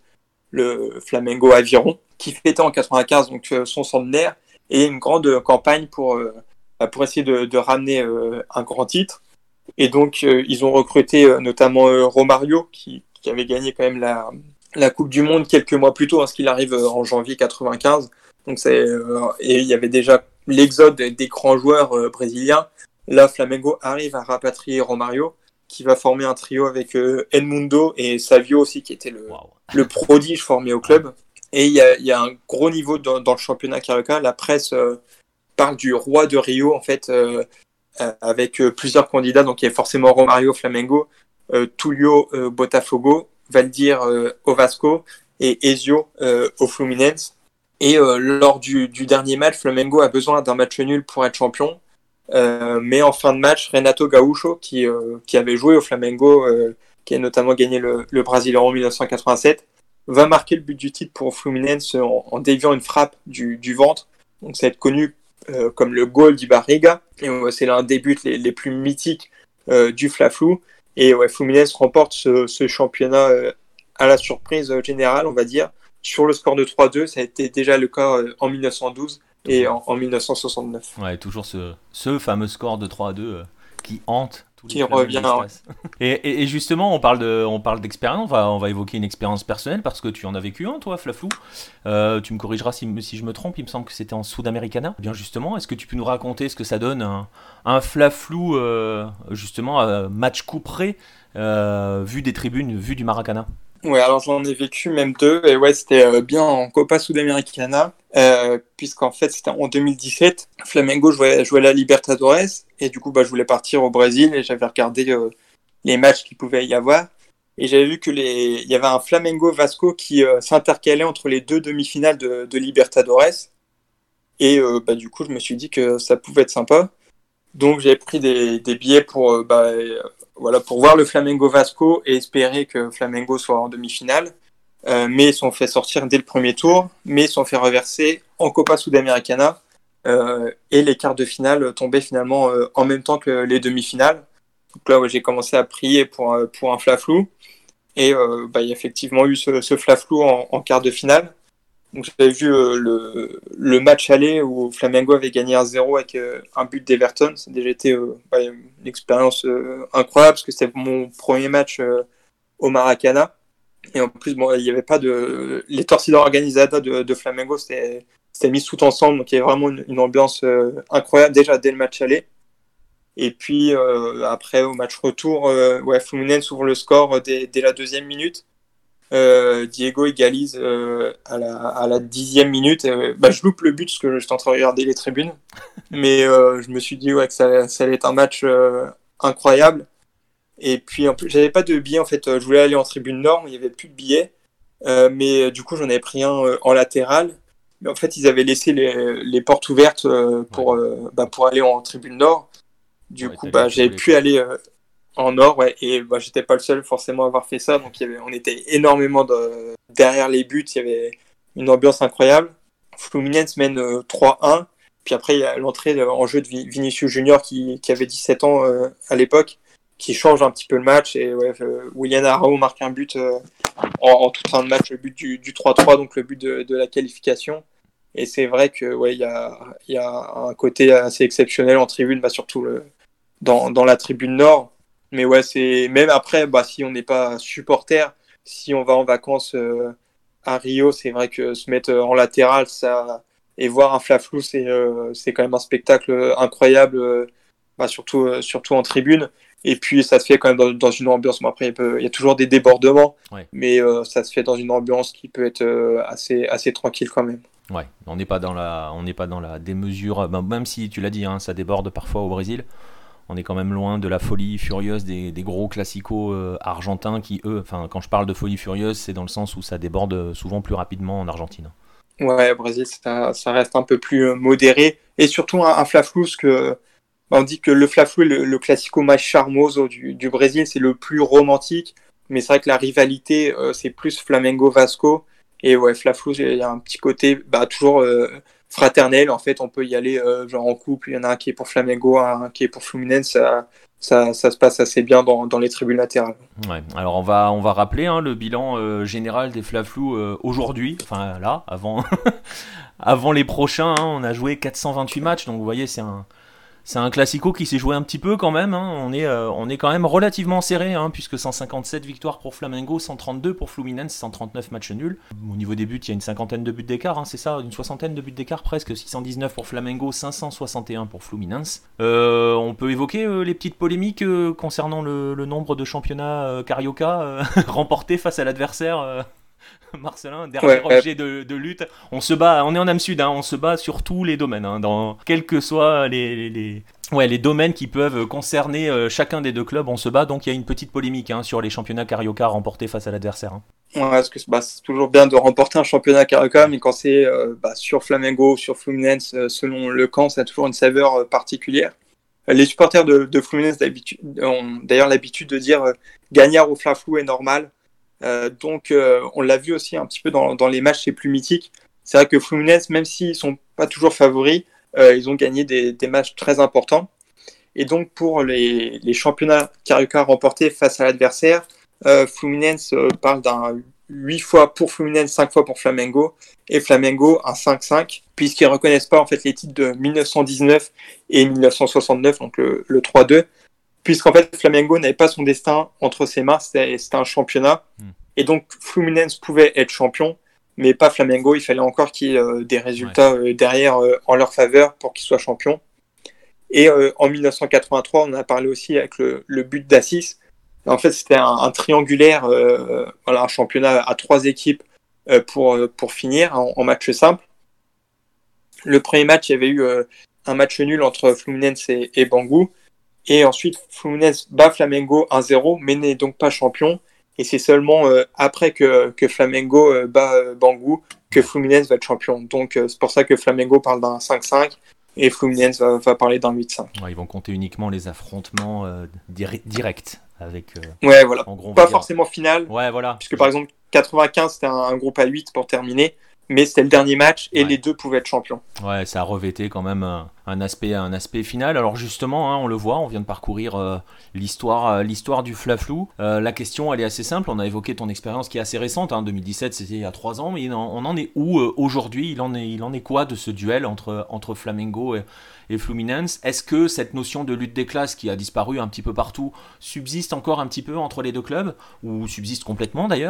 le Flamengo Aviron, qui fêtait en quatre-vingt-quinze donc, euh, son centenaire, et une grande campagne pour, euh, pour essayer de, de ramener euh, un grand titre. Et donc, euh, ils ont recruté euh, notamment euh, Romario, qui, qui avait gagné quand même la, la Coupe du Monde quelques mois plus tôt, parce qu'il arrive euh, en janvier quatre-vingt-quinze. Donc c'est, euh, et il y avait déjà l'exode des grands joueurs euh, brésiliens. Là, Flamengo arrive à rapatrier Romario, qui va former un trio avec euh, Edmundo et Savio aussi, qui était le, wow. le prodige formé au club. Et il y a, y a un gros niveau dans, dans le championnat Carioca. La presse euh, parle du roi de Rio, en fait, euh, euh, avec euh, plusieurs candidats. Donc il y a forcément Romario Flamengo, euh, Tulio euh, Botafogo, Valdir euh, au Vasco et Ezio euh, au Fluminense. Et euh, lors du, du dernier match, Flamengo a besoin d'un match nul pour être champion. Euh, mais en fin de match, Renato Gaúcho, qui, euh, qui avait joué au Flamengo, euh, qui a notamment gagné le, le Brasileirão en dix-neuf cent quatre-vingt-sept, va marquer le but du titre pour Fluminense en, en déviant une frappe du, du ventre. Donc ça va être connu euh, comme le goal di Barriga. Et ouais, c'est l'un des buts les, les plus mythiques euh, du Fla-Flou. Et ouais, Fluminense remporte ce, ce championnat euh, à la surprise générale, on va dire, sur le score de trois deux. Ça a été déjà le cas euh, en dix-neuf cent douze. Et en, en dix-neuf cent soixante-neuf.
Ouais, toujours ce, ce fameux score de trois à deux euh, qui hante tous les
qui revient. Ouais.
Et, et, et justement, on parle, de, on parle d'expérience, on va, on va évoquer une expérience personnelle parce que tu en as vécu un, toi, Flaflou. Euh, tu me corrigeras si, si je me trompe, il me semble que c'était en Sudamericana. Bien justement, est-ce que tu peux nous raconter ce que ça donne un, un Flaflou, euh, justement, euh, match couperé, euh, vu des tribunes, vu du Maracana?
Ouais, alors j'en ai vécu même deux, et ouais, c'était euh, bien en Copa Sudamericana, euh, puisqu'en fait c'était en deux mille dix-sept, Flamengo jouait, jouait la Libertadores, et du coup bah, je voulais partir au Brésil, et j'avais regardé euh, les matchs qu'il pouvait y avoir, et j'avais vu que les, il y avait un Flamengo Vasco qui euh, s'intercalait entre les deux demi-finales de, de Libertadores, et euh, bah, du coup je me suis dit que ça pouvait être sympa, donc j'ai pris des, des billets pour... Euh, bah, Voilà, pour voir le Flamengo Vasco et espérer que Flamengo soit en demi-finale. euh, mais ils sont fait sortir dès le premier tour, mais ils sont fait reverser en Copa Sudamericana, euh, et les quarts de finale tombaient finalement euh, en même temps que les demi-finales. Donc là, ouais, j'ai commencé à prier pour, pour un flaflou, et euh, bah, il y a effectivement eu ce, ce flaflou en, en quart de finale. Donc j'avais vu euh, le, le match aller où Flamengo avait gagné un zéro avec euh, un but d'Everton. Ça a déjà été euh, bah, une expérience euh, incroyable parce que c'était mon premier match euh, au Maracana. Et en plus, bon, il n'y avait pas de... Les Torcida Organizada de, de Flamengo, c'était, c'était mis tout ensemble. Donc il y avait vraiment une, une ambiance euh, incroyable déjà dès le match aller. Et puis euh, après, au match retour, euh, ouais, Fluminense ouvre le score dès, dès la deuxième minute. Euh, Diego égalise euh, à, la, à la dixième minute. Euh, bah, je loupe le but parce que j'étais en train de regarder les tribunes. Mais euh, je me suis dit ouais, que ça, ça allait être un match euh, incroyable. Et puis en plus, j'avais pas de billets en fait. Je voulais aller en tribune nord, mais il y avait plus de billets. Euh, mais du coup, j'en avais pris un euh, en latéral. Mais en fait, ils avaient laissé les, les portes ouvertes euh, pour, ouais. euh, bah, pour aller en tribune nord. Du ouais, coup, bah, j'avais pu quoi. aller... Euh, en or, ouais, et bah, j'étais pas le seul forcément à avoir fait ça, donc il y avait, on était énormément de, derrière les buts, il y avait une ambiance incroyable. Fluminense mène euh, trois un, puis après il y a l'entrée euh, en jeu de Vinicius Junior qui, qui avait dix-sept ans euh, à l'époque, qui change un petit peu le match, et ouais, euh, Willian Arao marque un but euh, en, en toute fin de match, le but du, du trois trois, donc le but de, de la qualification. Et c'est vrai que ouais, il y a, y a un côté assez exceptionnel en tribune, bah, surtout le, dans, dans la tribune nord. Mais ouais, c'est même après, bah, si on n'est pas supporter, si on va en vacances euh, à Rio, c'est vrai que se mettre en latéral, ça et voir un flaflou, c'est euh, c'est quand même un spectacle incroyable, euh, bah, surtout euh, surtout en tribune. Et puis ça se fait quand même dans, dans une ambiance. Bon, après, il, peut, il y a toujours des débordements, ouais. mais euh, ça se fait dans une ambiance qui peut être euh, assez assez tranquille quand même.
Ouais, on n'est pas dans la on n'est pas dans la démesure, bah, même si tu l'as dit, hein, ça déborde parfois au Brésil. On est quand même loin de la folie furieuse des, des gros classicos euh, argentins qui, eux, enfin, quand je parle de folie furieuse, c'est dans le sens où ça déborde souvent plus rapidement en Argentine.
Ouais, au Brésil, ça, ça reste un peu plus modéré. Et surtout un, un flaflou, parce que on dit que le flaflou est le, le classico mais charmoso du, du Brésil, c'est le plus romantique. Mais c'est vrai que la rivalité, euh, c'est plus Flamengo-Vasco. Et ouais, flaflou, il y a un petit côté bah, toujours... Euh, fraternel, en fait, on peut y aller euh, genre en couple, il y en a un qui est pour Flamengo, un qui est pour Fluminense, ça, ça, ça se passe assez bien dans, dans les tribunes latérales.
Ouais, alors on va, on va rappeler hein, le bilan euh, général des Flaflous euh, aujourd'hui, enfin là, avant, avant les prochains, hein, on a joué quatre cent vingt-huit matchs, donc vous voyez, c'est un... C'est un classico qui s'est joué un petit peu quand même, hein. on, est, euh, on est quand même relativement serré, hein, puisque cent cinquante-sept victoires pour Flamengo, cent trente-deux pour Fluminense, cent trente-neuf matchs nuls. Au niveau des buts, il y a une cinquantaine de buts d'écart, hein, c'est ça, une soixantaine de buts d'écart presque, six cent dix-neuf pour Flamengo, cinq cent soixante et un pour Fluminense. Euh, on peut évoquer euh, les petites polémiques euh, concernant le, le nombre de championnats euh, Carioca euh, remportés face à l'adversaire euh... Marcelin, dernier ouais, objet ouais. de, de lutte. On se bat, on est en Am Sud, hein, on se bat sur tous les domaines, hein, dans quels que soient les, les, les, ouais, les domaines qui peuvent concerner euh, chacun des deux clubs, on se bat. Donc il y a une petite polémique hein, sur les championnats Carioca remportés face à l'adversaire. Hein.
Ouais, parce que bah, c'est toujours bien de remporter un championnat Carioca, mais quand c'est euh, bah, sur Flamengo, sur Fluminense, euh, selon le camp, ça a toujours une saveur euh, particulière. Euh, les supporters de, de Fluminense ont d'ailleurs l'habitude de dire euh, gagner au flaflou est normal. Euh, donc euh, on l'a vu aussi un petit peu dans, dans les matchs les plus mythiques. C'est vrai que Fluminense, même s'ils sont pas toujours favoris, euh, ils ont gagné des, des matchs très importants. Et donc pour les, les championnats Carioca remportés face à l'adversaire, euh, Fluminense euh, parle d'un huit fois pour Fluminense, cinq fois pour Flamengo, et Flamengo un cinq cinq, puisqu'ils reconnaissent pas en fait les titres de mille neuf cent dix-neuf et mille neuf cent soixante-neuf, donc le, le trois deux. Puisqu'en fait, Flamengo n'avait pas son destin entre ses mains, c'était, c'était un championnat. Mm. Et donc, Fluminense pouvait être champion, mais pas Flamengo. Il fallait encore qu'il y ait euh, des résultats ouais. euh, derrière euh, en leur faveur pour qu'ils soient champions. Et euh, en mille neuf cent quatre-vingt-trois, on a parlé aussi avec le, le but d'Assis. En fait, c'était un, un triangulaire, euh, voilà, un championnat à trois équipes euh, pour, pour finir en, en match simple. Le premier match, il y avait eu euh, un match nul entre Fluminense et, et Bangu. Et ensuite, Fluminense bat Flamengo un zéro, mais n'est donc pas champion. Et c'est seulement euh, après que, que Flamengo euh, bat euh, Bangu que Fluminense va être champion. Donc euh, c'est pour ça que Flamengo parle d'un cinq cinq et Fluminense va, va parler d'un huit cinq.
Ouais, ils vont compter uniquement les affrontements euh, dir- directs. Avec,
euh, ouais, voilà. En gros, pas forcément final.
Ouais, voilà.
Puisque par exemple, quatre-vingt-quinze, c'était un, un groupe à huit pour terminer. Mais c'était le dernier match et
ouais.
les deux pouvaient être champions.
Ouais, ça a revêté quand même un, un aspect, un aspect final. Alors justement, hein, on le voit, on vient de parcourir euh, l'histoire, euh, l'histoire du Flaflou. Euh, la question, elle est assez simple. On a évoqué ton expérience qui est assez récente. Hein, deux mille dix-sept, c'était il y a trois ans, mais on en est où euh, aujourd'hui ? Il en est, il en est quoi de ce duel entre entre Flamengo et, et Fluminense ? Est-ce que cette notion de lutte des classes qui a disparu un petit peu partout subsiste encore un petit peu entre les deux clubs, ou subsiste complètement d'ailleurs ?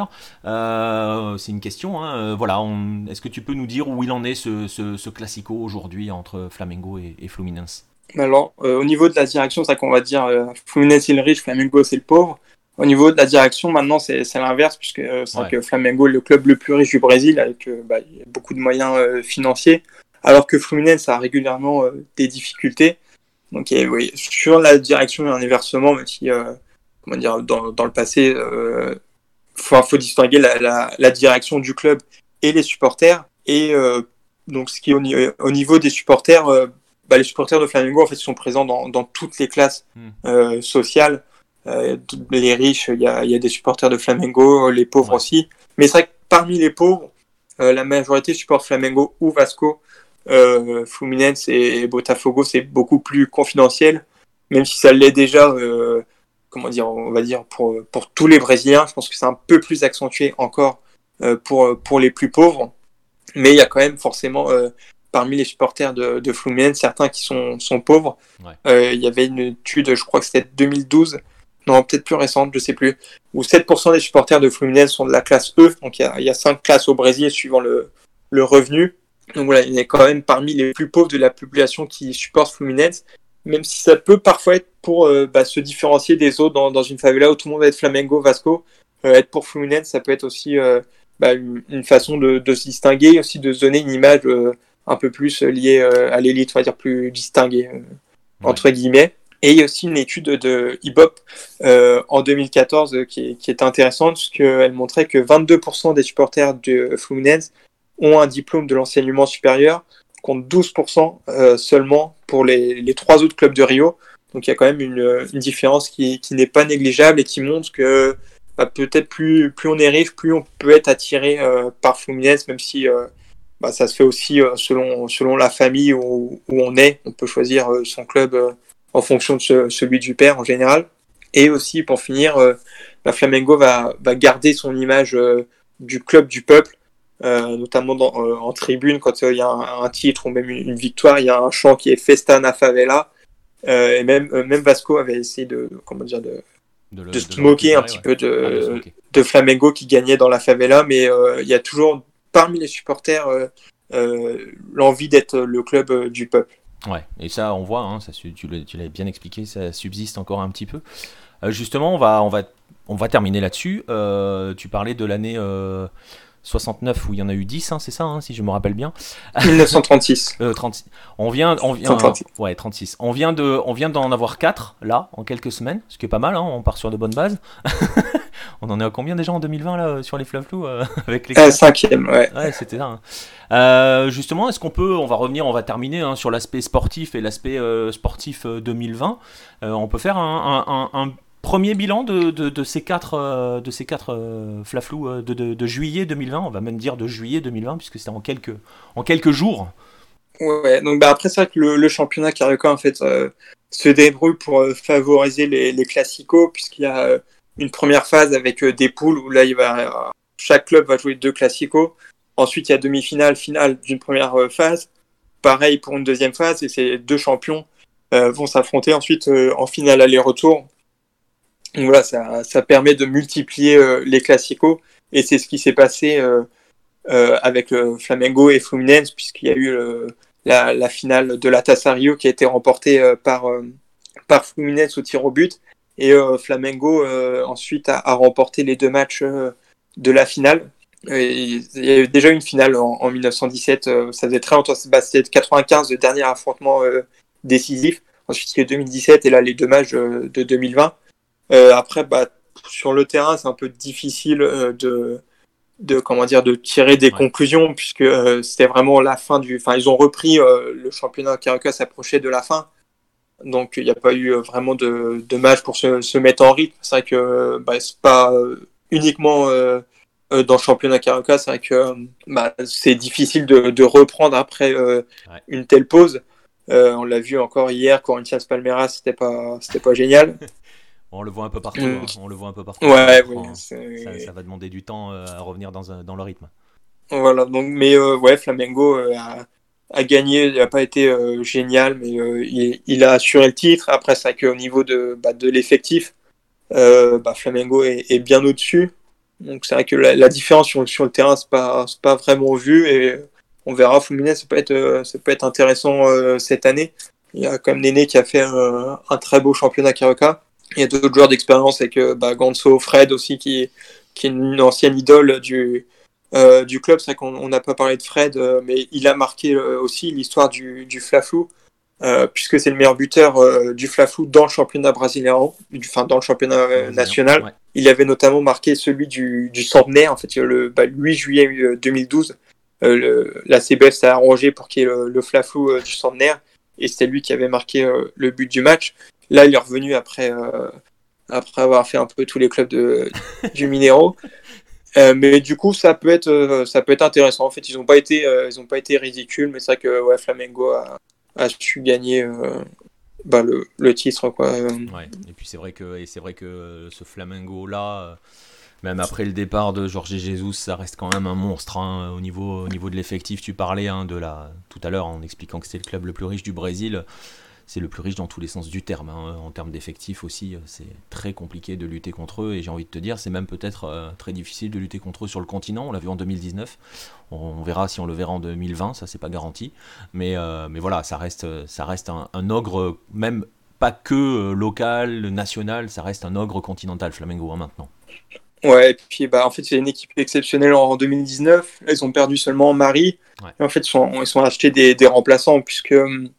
euh, C'est une question. Hein. Euh, voilà. On, est-ce que tu peux nous dire où il en est ce, ce, ce classico aujourd'hui entre Flamengo et, et Fluminense ?
Alors, euh, au niveau de la direction, c'est ça qu'on va dire euh, Fluminense c'est le riche, Flamengo c'est le pauvre. Au niveau de la direction, maintenant, c'est, c'est l'inverse, puisque euh, c'est ouais. vrai que Flamengo est le club le plus riche du Brésil, avec euh, bah, beaucoup de moyens euh, financiers, alors que Fluminense a régulièrement euh, des difficultés. Donc, et, oui, sur la direction, il y a un inversement, même si, euh, comment dire, dans, dans le passé, il euh, faut, faut distinguer la, la, la direction du club et les supporters. Et euh, donc, ce qui est au, au niveau des supporters, euh, bah, les supporters de Flamengo, en fait, sont présents dans, dans toutes les classes euh, sociales. Euh, les riches, il y a, y a des supporters de Flamengo, les pauvres ouais. aussi. Mais c'est vrai que parmi les pauvres, euh, la majorité supporte Flamengo ou Vasco. Euh, Fluminense et Botafogo, c'est beaucoup plus confidentiel, même si ça l'est déjà, euh, comment dire, on va dire pour, pour tous les Brésiliens. Je pense que c'est un peu plus accentué encore euh, pour, pour les plus pauvres. Mais il y a quand même forcément, euh, parmi les supporters de, de Fluminense, certains qui sont, sont pauvres. Ouais. Euh, il y avait une étude, je crois que c'était deux mille douze, non, peut-être plus récente, je sais plus, où sept pour cent des supporters de Fluminense sont de la classe E, donc il y a, il y a cinq classes au Brésil suivant le, le revenu. Donc voilà, il est quand même parmi les plus pauvres de la population qui supporte Fluminense, même si ça peut parfois être pour euh, bah, se différencier des autres dans, dans une favela où tout le monde va être Flamengo, Vasco. Euh, être pour Fluminense, ça peut être aussi euh, bah, une, une façon de, de se distinguer, aussi de se donner une image euh, un peu plus liée euh, à l'élite, on va dire plus distinguée, euh, ouais. entre guillemets. Et il y a aussi une étude de I B O P euh, en deux mille quatorze euh, qui, qui est intéressante, puisqu'elle montrait que vingt-deux pour cent des supporters de Fluminense ont un diplôme de l'enseignement supérieur, contre douze pour cent euh, seulement pour les, les trois autres clubs de Rio. Donc il y a quand même une, une différence qui, qui n'est pas négligeable et qui montre que bah, peut-être plus, plus on est riche, plus on peut être attiré euh, par Fluminense, même si euh, bah, ça se fait aussi euh, selon, selon la famille où, où on est. On peut choisir euh, son club euh, en fonction de ce, celui du père en général. Et aussi, pour finir, euh, bah, Flamengo va, va garder son image euh, du club du peuple, euh, notamment dans, euh, en tribune, quand il euh, y a un, un titre ou même une, une victoire, il y a un chant qui est Festa na Favela. Euh, et même, euh, même Vasco avait essayé de, comment dire, de, de, le, de se de moquer un petit ouais. peu de, ah, de Flamengo qui gagnait dans la favela, mais euh, il y a toujours parmi les supporters euh, euh, l'envie d'être le club euh, du peuple.
Ouais, et ça on voit, hein, ça, tu, tu l'as bien expliqué, ça subsiste encore un petit peu. Euh, justement, on va, on, va, on va terminer là-dessus. Euh, tu parlais de l'année euh, soixante-neuf où il y en a eu dix, hein, c'est ça, hein, si je me rappelle bien.
dix-neuf cent trente-six.
euh, trente-six. On vient, on vient, trente-six. Ouais, trente-six. On vient de, on vient d'en avoir quatre là en quelques semaines, ce qui est pas mal. Hein, on part sur de bonnes bases. On en est à combien déjà en deux mille vingt là sur les Flaflous euh, avec les
euh, cinquième, ouais.
Ouais, c'était ça. Hein. Euh, justement, est-ce qu'on peut, on va revenir, on va terminer hein, sur l'aspect sportif et l'aspect euh, sportif euh, deux mille vingt. Euh, on peut faire un, un, un, un premier bilan de, de, de ces quatre, euh, de ces quatre euh, Flaflous euh, de, de, de juillet deux mille vingt. On va même dire de juillet deux mille vingt puisque c'était en quelques, en quelques jours.
Ouais. Donc bah après c'est vrai que le, le championnat carioca en fait euh, se débrouille pour euh, favoriser les, les classicos puisqu'il y a euh, une première phase avec euh, des poules où là il va euh, chaque club va jouer deux classicos. Ensuite il y a demi-finale, finale d'une première euh, phase. Pareil pour une deuxième phase et ces deux champions euh, vont s'affronter ensuite euh, en finale aller-retour. Donc voilà, ça, ça permet de multiplier euh, les classicos et c'est ce qui s'est passé euh, euh, avec le Flamengo et Fluminense puisqu'il y a eu euh, la, la finale de la Taça Rio qui a été remportée euh, par, euh, par Fluminense au tir au but et euh, Flamengo euh, ensuite a, a remporté les deux matchs euh, de la finale. Et il y a eu déjà une finale en, en dix-neuf cent dix-sept, euh, ça faisait très longtemps, bah, c'était quatre-vingt-quinze le dernier affrontement euh, décisif. Ensuite il y a eu deux mille dix-sept et là les deux matchs euh, de deux mille vingt. Euh, après bah, sur le terrain c'est un peu difficile euh, de de comment dire de tirer des ouais. conclusions puisque euh, c'était vraiment la fin du enfin ils ont repris euh, le championnat carioca s'approchait de la fin donc il n'y a pas eu euh, vraiment de, de match pour se, se mettre en rythme. C'est vrai que bah, c'est pas euh, uniquement euh, euh, dans le championnat Carioca. C'est vrai que euh, bah, c'est difficile de, de reprendre après euh, ouais. une telle pause. Euh, on l'a vu encore hier, Corinthians Palmeiras, c'était pas, c'était pas génial.
On le voit un peu partout. Mmh. Hein. On le voit un peu partout.
Ouais,
oui,
ça,
ça va demander du temps euh, à revenir dans, un, dans le rythme.
Voilà, donc, mais euh, ouais, Flamengo euh, a, a gagné, il n'a pas été euh, génial, mais euh, il, il a assuré le titre. Après, c'est vrai qu'au niveau de, bah, de l'effectif, euh, bah, Flamengo est, est bien au-dessus. Donc c'est vrai que la, la différence sur, sur le terrain, c'est pas, c'est pas vraiment vu. Et on verra, Fluminense, ça peut être, euh, ça peut être intéressant euh, cette année. Il y a quand même Néné qui a fait euh, un très beau championnat Carioca. Il y a d'autres joueurs d'expérience avec euh, bah, Ganso, Fred aussi, qui, qui est une ancienne idole du, euh, du club. C'est vrai qu'on n'a pas parlé de Fred, euh, mais il a marqué euh, aussi l'histoire du, du Fla-Flu, euh, puisque c'est le meilleur buteur euh, du Fla-Flu dans le championnat brésilien, enfin dans le championnat euh, national. Ouais. Il avait notamment marqué celui du, du centenaire, en fait, le bah, huit juillet deux mille douze. Euh, le, la C B F s'est arrangé pour qu'il y ait le, le Fla-Flu euh, du centenaire, et c'était lui qui avait marqué euh, le but du match. Là, il est revenu après, euh, après avoir fait un peu tous les clubs de, du Mineiro. Euh, mais du coup, ça peut être, euh, ça peut être intéressant. En fait, ils n'ont pas été, euh, ils ont pas été ridicules, mais c'est vrai que ouais, Flamengo a, a su gagner euh, bah, le, le titre, quoi.
Ouais. Et puis c'est vrai que, et c'est vrai que ce Flamengo là, même après le départ de Jorge Jesus, ça reste quand même un monstre hein, au niveau, au niveau de l'effectif. Tu parlais hein, de la tout à l'heure en expliquant que c'était le club le plus riche du Brésil. C'est le plus riche dans tous les sens du terme. Hein. En termes d'effectifs aussi, c'est très compliqué de lutter contre eux. Et j'ai envie de te dire, c'est même peut-être euh, très difficile de lutter contre eux sur le continent. On l'a vu en deux mille dix-neuf. On, on verra si on le verra en deux mille vingt. Ça, c'est pas garanti. Mais, euh, mais voilà, ça reste, ça reste un, un ogre, même pas que euh, local, national. Ça reste un ogre continental, Flamengo, hein, maintenant.
Ouais, et puis bah, en fait, c'est une équipe exceptionnelle en deux mille dix-neuf. Là, ils ont perdu seulement Marie. Ouais. Et en fait, ils sont, ils sont achetés des, des remplaçants, puisque...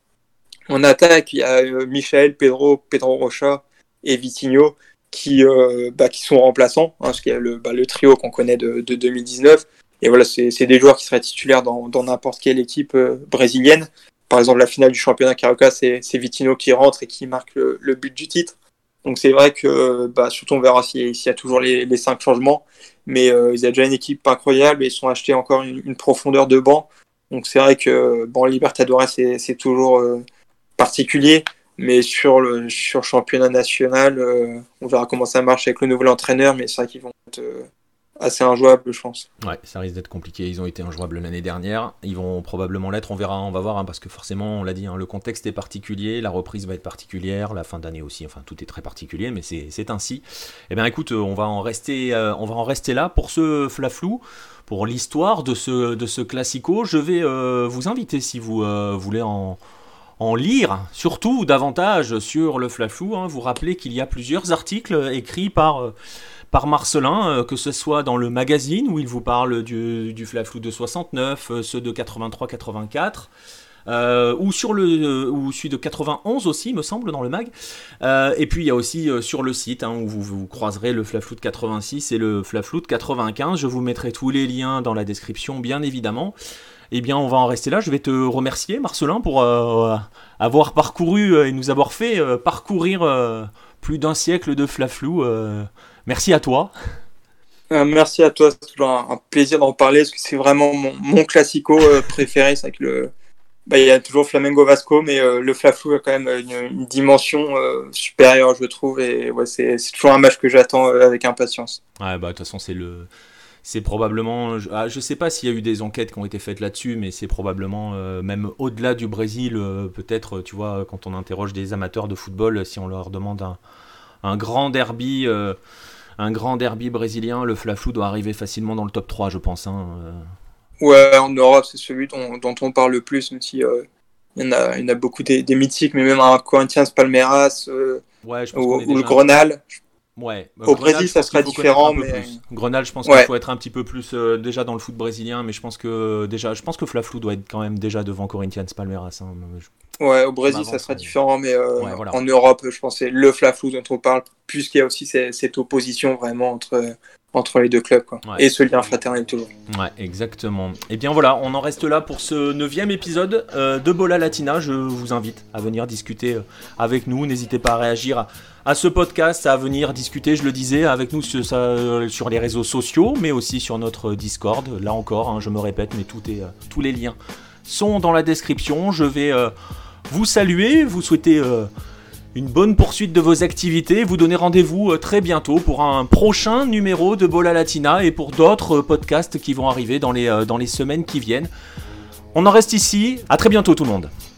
En attaque, il y a euh, Michael, Pedro, Pedro Rocha et Vitinho qui, euh, bah, qui sont remplaçants, hein, parce qu'il y a le, bah, le trio qu'on connaît de, de deux mille dix-neuf. Et voilà, c'est, c'est des joueurs qui seraient titulaires dans, dans n'importe quelle équipe euh, brésilienne. Par exemple, la finale du championnat Carioca, c'est, c'est Vitinho qui rentre et qui marque le, le but du titre. Donc c'est vrai que, bah, surtout on verra s'il, s'il y a toujours les, les cinq changements, mais euh, ils ont déjà une équipe incroyable et ils sont achetés encore une, une profondeur de banc. Donc c'est vrai que bon, Libertadores, c'est, c'est toujours... Euh, particulier, mais sur le sur championnat national, euh, on verra comment ça marche avec le nouvel entraîneur, mais c'est vrai qu'ils vont être euh, assez injouables, je pense.
Ouais, ça risque d'être compliqué. Ils ont été injouables l'année dernière. Ils vont probablement l'être. On verra, on va voir, hein, parce que forcément, on l'a dit, hein, le contexte est particulier, la reprise va être particulière, la fin d'année aussi. Enfin, tout est très particulier, mais c'est c'est ainsi. Eh bien, écoute, on va en rester, euh, on va en rester là pour ce Fla-Flu. Pour l'histoire de ce de ce classico, je vais euh, vous inviter si vous euh, voulez en en lire, surtout davantage sur le Fla-Flu. Hein. Vous rappelez qu'il y a plusieurs articles écrits par, euh, par Marcelin, euh, que ce soit dans le magazine où il vous parle du, du Fla-Flu de soixante-neuf, euh, ceux de quatre-vingt-trois quatre-vingt-quatre, euh, ou sur le euh, ou celui de quatre-vingt-onze aussi, me semble, dans le mag. Euh, et puis il y a aussi euh, sur le site hein, où vous, vous croiserez le Fla-Flu de quatre-vingt-six et le Fla-Flu de quatre-vingt-quinze. Je vous mettrai tous les liens dans la description, bien évidemment. Eh bien, on va en rester là. Je vais te remercier, Marcelin, pour euh, avoir parcouru euh, et nous avoir fait euh, parcourir euh, plus d'un siècle de Fla-Flu. Euh, merci à toi.
Euh, merci à toi. C'est toujours un, un plaisir d'en parler parce que c'est vraiment mon, mon classico euh, préféré. C'est que le, bah, il y a toujours Flamengo Vasco, mais euh, le Fla-Flu a quand même une, une dimension euh, supérieure, je trouve. Et ouais, c'est, c'est toujours un match que j'attends euh, avec impatience.
Ouais, bah de toute façon, c'est le. C'est probablement, je ne sais pas s'il y a eu des enquêtes qui ont été faites là-dessus, mais c'est probablement, euh, même au-delà du Brésil, euh, peut-être, tu vois, quand on interroge des amateurs de football, si on leur demande un, un grand derby, euh, un grand derby brésilien, le Fla-Flu doit arriver facilement dans le top trois, je pense. Hein, euh.
Ouais, en Europe, c'est celui dont, dont on parle le plus, même si euh, il y en a, il y en a beaucoup des, des mythiques, mais même un Corinthians Palmeiras euh,
ouais, je pense
ou,
qu'on est
ou le
déjà
Grenal.
Ouais.
Au Grenal, Brésil, ça sera différent, mais
plus. Grenal, je pense
ouais.
qu'il faut être un petit peu plus euh, déjà dans le foot brésilien, mais je pense que déjà, je pense que Fla-Flu doit être quand même déjà devant Corinthians Palmeiras. Hein. Je...
Ouais, au Brésil, ça sera mais... différent, mais euh,
ouais, voilà.
En Europe, je pense que c'est le Fla-Flu dont on parle, puisqu'il y a aussi cette, cette opposition vraiment entre entre les deux clubs, quoi.
Ouais.
Et ce lien fraternel toujours.
Ouais, exactement. Et bien voilà, on en reste là pour ce neuvième épisode euh, de Bola Latina. Je vous invite à venir discuter euh, avec nous. N'hésitez pas à réagir à, à ce podcast, à venir discuter, je le disais, avec nous sur, ça, sur les réseaux sociaux, mais aussi sur notre Discord. Là encore, hein, je me répète, mais tout est, euh, tous les liens sont dans la description. Je vais euh, vous saluer, vous souhaiter... Euh, une bonne poursuite de vos activités, vous donner rendez-vous très bientôt pour un prochain numéro de Bola Latina et pour d'autres podcasts qui vont arriver dans les, dans les semaines qui viennent. On en reste ici, à très bientôt tout le monde.